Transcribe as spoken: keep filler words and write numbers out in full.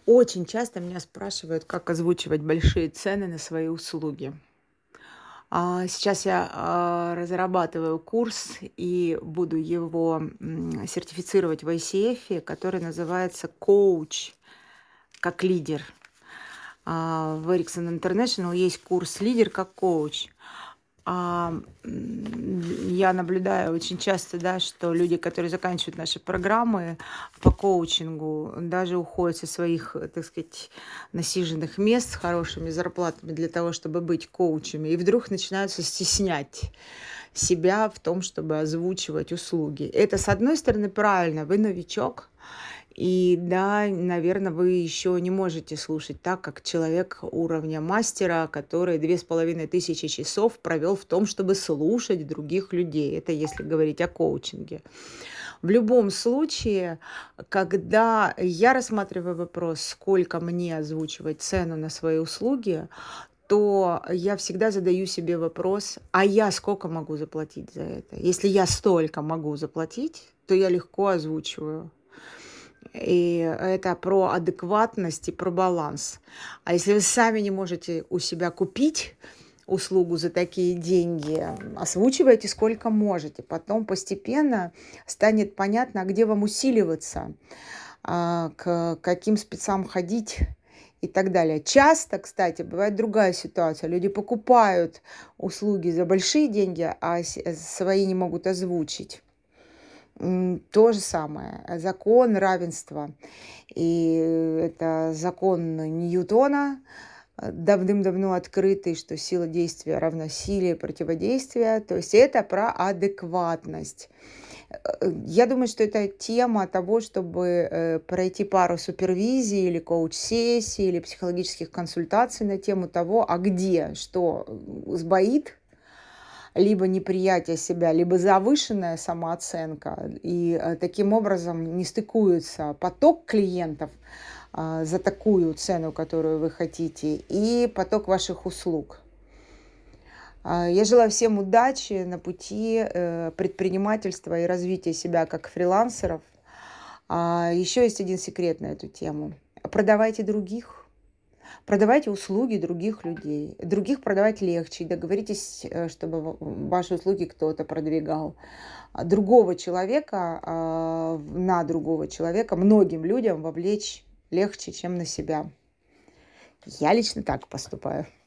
Очень часто меня спрашивают, как озвучивать большие цены на свои услуги. А, Сейчас я а, разрабатываю курс и буду его м, сертифицировать в ай си эф, который называется «Коуч как лидер». А, В Ericsson International есть курс «Лидер как коуч». А, м, я наблюдаю очень часто, да, что люди, которые заканчивают наши программы по коучингу, даже уходят со своих, э, так сказать, насиженных мест с хорошими зарплатами для того, чтобы быть коучами, и вдруг начинаются стеснять себя в том, чтобы озвучивать услуги. Это, с одной стороны, правильно, вы новичок, и да, наверное, вы еще не можете слушать так, как человек уровня мастера, который две с половиной тысячи часов провел в том, чтобы слушать других людей. Это если говорить о коучинге. В любом случае, когда я рассматриваю вопрос, сколько мне озвучивать цену на свои услуги, то я всегда задаю себе вопрос, а я сколько могу заплатить за это? Если я столько могу заплатить, то я легко озвучиваю. И это про адекватность и про баланс. А если вы сами не можете у себя купить услугу за такие деньги, озвучивайте сколько можете. Потом постепенно станет понятно, а где вам усиливаться, а, к каким спецам ходить и так далее. Часто, кстати, бывает другая ситуация. Люди покупают услуги за большие деньги, а свои не могут озвучить. То же самое. Закон равенства. И это закон Ньютона, э, давным-давно открытый, что сила действия равна силе противодействия. То есть это про адекватность. Э, Я думаю, что это тема того, чтобы э, пройти пару супервизий или коуч-сессий, или психологических консультаций на тему того, а где что э, сбоит, либо неприятие себя, либо завышенная самооценка, и э, таким образом не стыкуется поток клиентов а, за такую цену, которую вы хотите, и поток ваших услуг. А, Я желаю всем удачи на пути э, предпринимательства и развития себя как фрилансеров. А, Еще есть один секрет на эту тему. Продавайте других. Продавайте услуги других людей. Других продавать легче. Договоритесь, э, чтобы в- ваши услуги кто-то продвигал. А Другого человека, а, на другого человека, многим людям вовлечь легче, чем на себя. Я лично так поступаю.